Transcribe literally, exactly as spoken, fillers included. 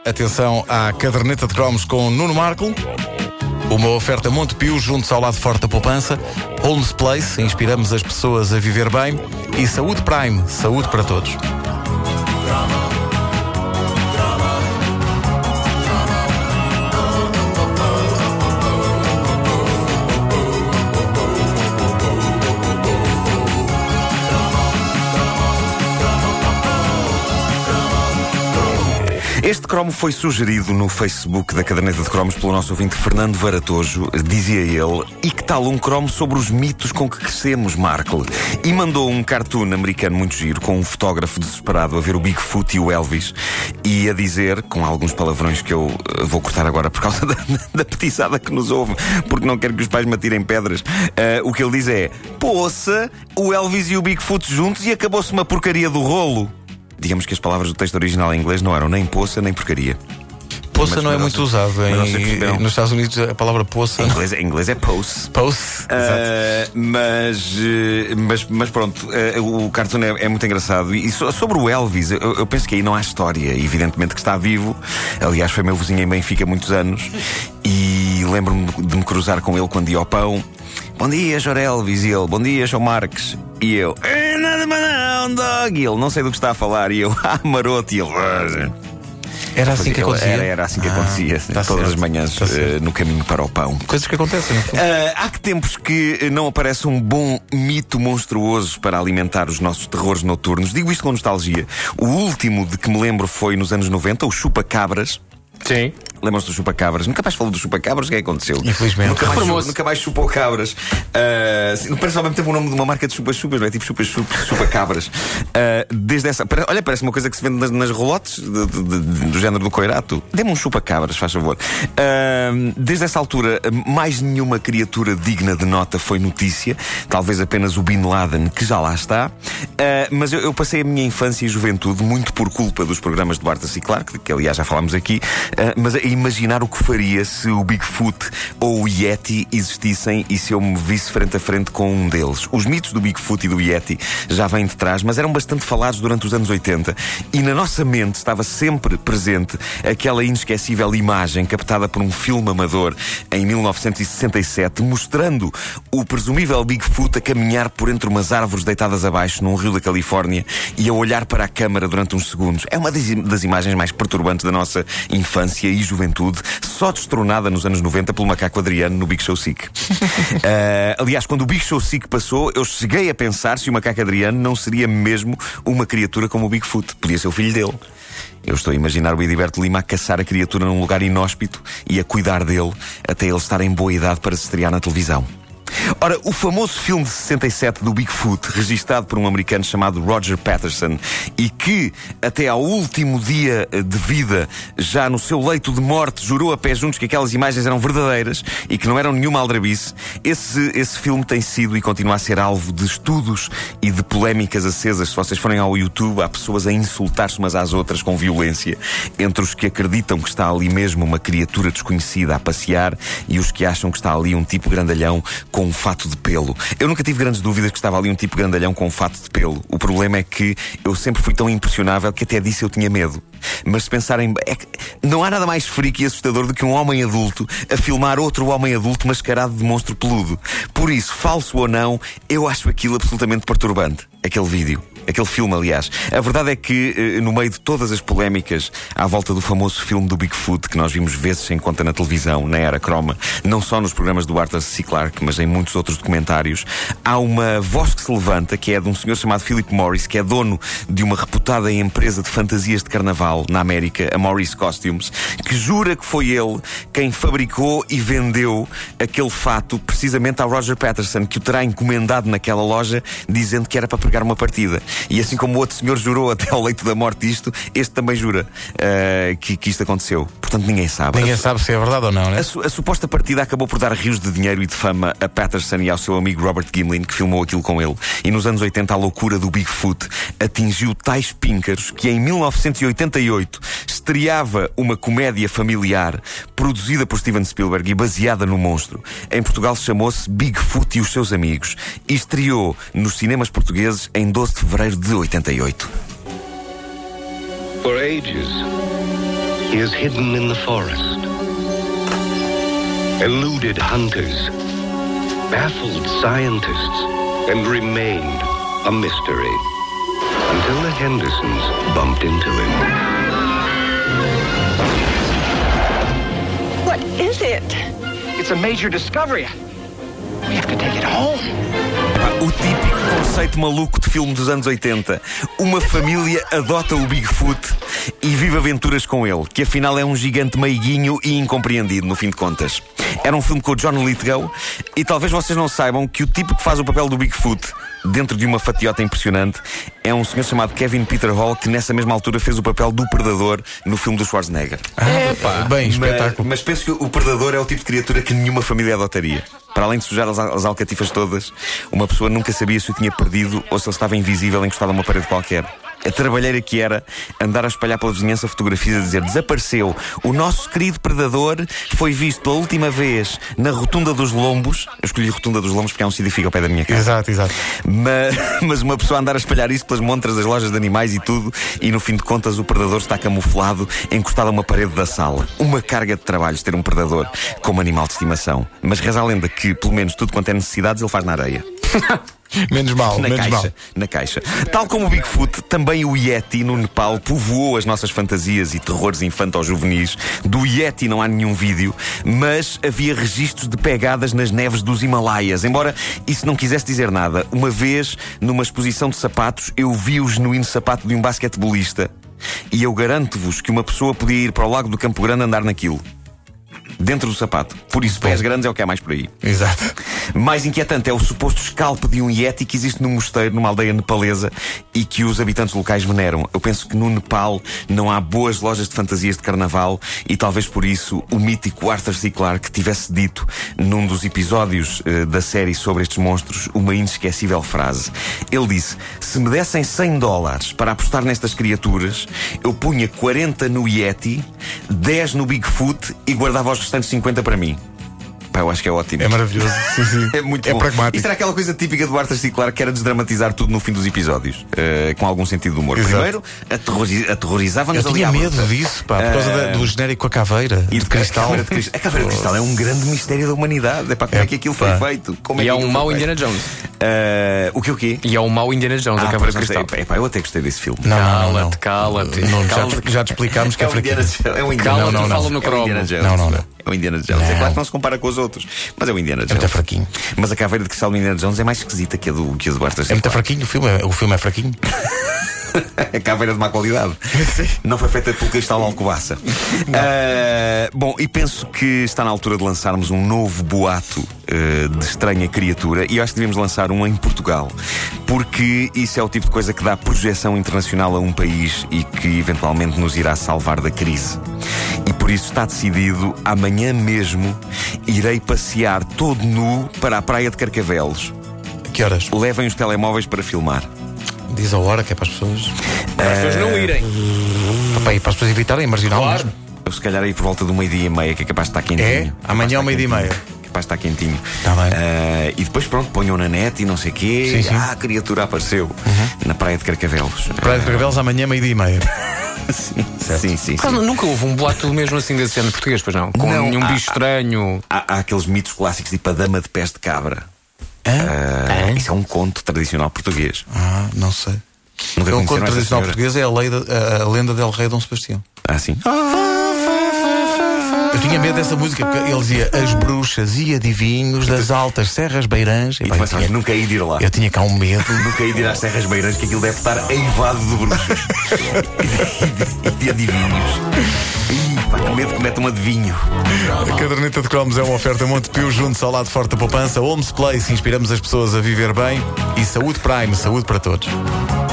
atenção à caderneta de cromos com Nuno Marco. Uma oferta Montepio, juntos ao lado forte da poupança. Holmes Place, inspiramos as pessoas a viver bem. E Saúde Prime, saúde para todos. Este cromo foi sugerido no Facebook da Caderneta de Cromos pelo nosso ouvinte Fernando Varatojo. Dizia ele: e que tal um cromo sobre os mitos com que crescemos, Marco? E mandou um cartoon americano muito giro, com um fotógrafo desesperado a ver o Bigfoot e o Elvis, e a dizer, com alguns palavrões que eu vou cortar agora por causa da, da petizada que nos ouve, porque não quero que os pais me atirem pedras, uh, o que ele diz é: poça, o Elvis e o Bigfoot juntos e acabou-se uma porcaria do rolo. Digamos que as palavras do texto original em inglês não eram nem poça nem porcaria. Poça não é muito usado em, nos Estados Unidos. A palavra poça em inglês, em inglês é pose. Pose, uh, mas, mas mas pronto, uh, o cartoon é, é muito engraçado. E so, sobre o Elvis, eu, eu penso que aí não há história. Evidentemente que está vivo. Aliás, foi meu vizinho em Benfica há muitos anos. E lembro-me de me cruzar com ele quando ia ao pão. Bom dia, senhor Elvis. E ele: bom dia, senhor Marques. E eu: eh, nada mais não, dog. E ele: não sei do que está a falar. E eu: ah, maroto. E ele: era assim que acontecia? Era, era assim que ah, acontecia, tá todas certo. as manhãs, tá uh, no caminho para o pão. Coisas que acontecem. Uh, há que tempos que não aparece um bom mito monstruoso para alimentar os nossos terrores noturnos. Digo isto com nostalgia. O último de que me lembro foi nos anos noventa, o Chupa-Cabras. Sim. Lembram-se do chupa-cabras? Nunca mais falou do chupa-cabras, o que é que aconteceu? Infelizmente. Nunca mais, nunca mais chupou cabras. Uh, parece ao mesmo tempo o nome de uma marca de chupa-chupas, não é? Tipo chupa-chupa-cabras. Uh, desde essa. Olha, parece uma coisa que se vende nas, nas rolotes de, de, de, do género do coirato. Dê-me um chupa-cabras, faz favor. Uh, desde essa altura, mais nenhuma criatura digna de nota foi notícia. Talvez apenas o Bin Laden, que já lá está. Uh, mas eu, eu passei a minha infância e juventude muito por culpa dos programas de Arthur C. Clarke, que aliás já falámos aqui. Uh, mas a imaginar o que faria se o Bigfoot ou o Yeti existissem e se eu me visse frente a frente com um deles. Os mitos do Bigfoot e do Yeti já vêm de trás, mas eram bastante falados durante os anos oitenta, e na nossa mente estava sempre presente aquela inesquecível imagem captada por um filme amador em mil novecentos e sessenta e sete, mostrando o presumível Bigfoot a caminhar por entre umas árvores deitadas abaixo num rio da Califórnia e a olhar para a câmara durante uns segundos. É uma das imagens mais perturbantes da nossa infância e juventude, só destronada nos anos noventa pelo macaco Adriano no Big Show Sick. uh, aliás, quando o Big Show Sick passou, eu cheguei a pensar se o macaco Adriano não seria mesmo uma criatura como o Bigfoot. Podia ser o filho dele. Eu estou a imaginar o Ediberto Lima a caçar a criatura num lugar inóspito e a cuidar dele até ele estar em boa idade para se estrear na televisão. Ora, o famoso filme de sessenta e sete do Bigfoot, registado por um americano chamado Roger Patterson, e que até ao último dia de vida, já no seu leito de morte, jurou a pé juntos que aquelas imagens eram verdadeiras e que não eram nenhuma aldrabice. Esse, esse filme tem sido e continua a ser alvo de estudos e de polémicas acesas. Se vocês forem ao YouTube, há pessoas a insultar-se umas às outras com violência, entre os que acreditam que está ali mesmo uma criatura desconhecida a passear e os que acham que está ali um tipo grandalhão com um fato de pelo. Eu nunca tive grandes dúvidas que estava ali um tipo grandalhão com um fato de pelo. O problema é que eu sempre fui tão impressionável que até disso eu tinha medo. Mas se pensarem, é que não há nada mais freak e assustador do que um homem adulto a filmar outro homem adulto mascarado de monstro peludo. Por isso, falso ou não, eu acho aquilo absolutamente perturbante. Aquele vídeo. Aquele filme, aliás. A verdade é que, no meio de todas as polémicas à volta do famoso filme do Bigfoot, que nós vimos vezes sem conta na televisão, na era croma, não só nos programas do Arthur C. Clarke, mas em muitos outros documentários, há uma voz que se levanta, que é de um senhor chamado Philip Morris, que é dono de uma reputada empresa de fantasias de carnaval na América, a Morris Costumes, que jura que foi ele quem fabricou e vendeu aquele fato precisamente ao Roger Patterson, que o terá encomendado naquela loja, dizendo que era para pregar uma partida. E assim como o outro senhor jurou até ao leito da morte isto, este também jura uh, que, que isto aconteceu. Portanto, ninguém sabe. Ninguém sabe se é verdade ou não, né? A, su- a suposta partida acabou por dar rios de dinheiro e de fama a Patterson e ao seu amigo Robert Gimlin, que filmou aquilo com ele. E nos anos oitenta a loucura do Bigfoot atingiu tais píncaros que em mil novecentos e oitenta e oito estreava uma comédia familiar produzida por Steven Spielberg e baseada no monstro. Em Portugal chamou-se Bigfoot e os seus amigos e estreou nos cinemas portugueses em doze de fevereiro de oitenta e oito. For ages, He has hidden in the forest, eluded hunters, baffled scientists, and remained a mystery until the Hendersons bumped into him. What is it? It's a major discovery. We have to take it home. O típico conceito maluco de filme dos anos oitenta. Uma família adota o Bigfoot e vive aventuras com ele, que afinal é um gigante meiguinho e incompreendido, no fim de contas. Era um filme com o John Lithgow e talvez vocês não saibam que o tipo que faz o papel do Bigfoot dentro de uma fatiota impressionante é um senhor chamado Kevin Peter Hall, que nessa mesma altura fez o papel do Predador no filme do Schwarzenegger. Ah, é, pá, bem, espetáculo. Mas, mas penso que o Predador é o tipo de criatura que nenhuma família adotaria. Para além de sujar as, as alcatifas todas, uma pessoa nunca sabia se o tinha perdido ou se ele estava invisível encostado a uma parede qualquer. A trabalheira que era andar a espalhar pela vizinhança fotografias a dizer: desapareceu. O nosso querido Predador foi visto pela última vez na Rotunda dos Lombos. Eu escolhi Rotunda dos Lombos porque é um sítio que fica ao pé da minha casa. Exato, exato. Mas, mas uma pessoa andar a espalhar isso pelas montras das lojas de animais e tudo, e no fim de contas o Predador está camuflado, encostado a uma parede da sala. Uma carga de trabalhos ter um Predador como animal de estimação. Mas reza a lenda que, pelo menos tudo quanto é necessidades, ele faz na areia. Menos mal, na menos caixa, mal. Na caixa. Tal como o Bigfoot, também o Yeti no Nepal povoou as nossas fantasias e terrores infanto-juvenis. Do Yeti não há nenhum vídeo, mas havia registros de pegadas nas neves dos Himalaias. Embora isso não quisesse dizer nada, uma vez, numa exposição de sapatos, eu vi o genuíno sapato de um basquetebolista e eu garanto-vos que uma pessoa podia ir para o Lago do Campo Grande andar naquilo. Dentro do sapato. Por isso, pés grandes é o que há mais por aí. Exato. Mais inquietante é o suposto escalpe de um Yeti que existe num mosteiro, numa aldeia nepalesa, e que os habitantes locais veneram. Eu penso que no Nepal não há boas lojas de fantasias de carnaval e talvez por isso o mítico Arthur C. Clarke tivesse dito num dos episódios uh, da série sobre estes monstros uma inesquecível frase. Ele disse: se me dessem cem dólares para apostar nestas criaturas, eu punha quarenta no Yeti, dez no Bigfoot e guardava os restantes cinquenta para mim. Pá, eu acho que é ótimo. É maravilhoso. Sim, sim. É muito é bom. pragmático. Isto era aquela coisa típica do Arthur C. Clarke, que era desdramatizar tudo no fim dos episódios, uh, com algum sentido de humor. Exato. Primeiro, aterroriz aterrorizava-nos Eu ali tinha à medo bruta. disso, pá, por causa Uh, da, do genérico com a caveira E de cristal. A caveira de cristal, a caveira de cristal é um grande mistério da humanidade. Epá, como é, É, que aquilo foi pá. feito? Como é E que é aquilo um foi mau feito? Indiana Jones. Uh, o que o quê? E é um mau Indiana Jones, Ah, a pois Caveira de não sei. Cristal. Epá, eu até gostei desse filme. Não, não, não, não. Cala-te, Não, já, cala-te. já te explicámos que é É um Indiana fraquinho. Jones. É um Indiana Cala-te, Não, não, não. fala no É o cromo. Indiana Jones. Não, não, não. É o Indiana Jones. É Não. claro que não se compara com os outros, mas é o Indiana Jones. É muito fraquinho. Mas a caveira de cristal do Indiana Jones é mais esquisita que a do, que a do Arthur C. É muito Clarke. fraquinho o filme. O filme é fraquinho. A caveira de má qualidade. Não foi feita pelo cristal de Alcobaça. Uh, bom, e penso que está na altura de lançarmos um novo boato uh, de estranha criatura. E eu acho que devemos lançar um em Portugal, porque isso é o tipo de coisa que dá projeção internacional a um país e que eventualmente nos irá salvar da crise. E por isso está decidido, amanhã mesmo irei passear todo nu para a praia de Carcavelos. Que horas? Levem os telemóveis para filmar. Diz a hora que é para as pessoas. Para as pessoas não irem. Para, para as pessoas evitarem, marginal Claro. mesmo. Eu se calhar aí por volta do meio-dia e meia, que é capaz de estar quentinho. É? Capaz Amanhã de ao estar meio-dia e quentinho. meia. Capaz de estar quentinho. Tá bem. Ah, e depois pronto, ponham na net e não sei o quê. Sim, sim. Ah, a criatura apareceu na praia de Carcavelos. Praia de Carcavelos amanhã, meio-dia e meia. Sim, sim, sim, Por acaso, sim. nunca houve um boato mesmo assim desse género português, pois não? Com Não, nenhum há- bicho estranho. Há, há aqueles mitos clássicos tipo a dama de pés de cabra. Hã? Ah, Hã? isso é um conto tradicional português. Ah, não sei. Nunca É um conheceram conto essa tradicional senhora? português, é a, lei da- a, a lenda del rei Dom Sebastião. Ah, sim. Eu tinha medo dessa música, porque ele dizia as bruxas e adivinhos das altas serras beirãs. E Epá, tu eu, pensavas, tinha, nunca ia de ir lá. eu tinha cá um medo. Nunca ia de ir às Serras Beirãs, que aquilo deve estar eivado de bruxos e de adivinhos. Ih, pá, que medo que mete um adivinho. A caderneta de cromos é uma oferta Montepio junto ao lado forte da poupança. Homes Place, inspiramos as pessoas a viver bem. E Saúde Prime, saúde para todos.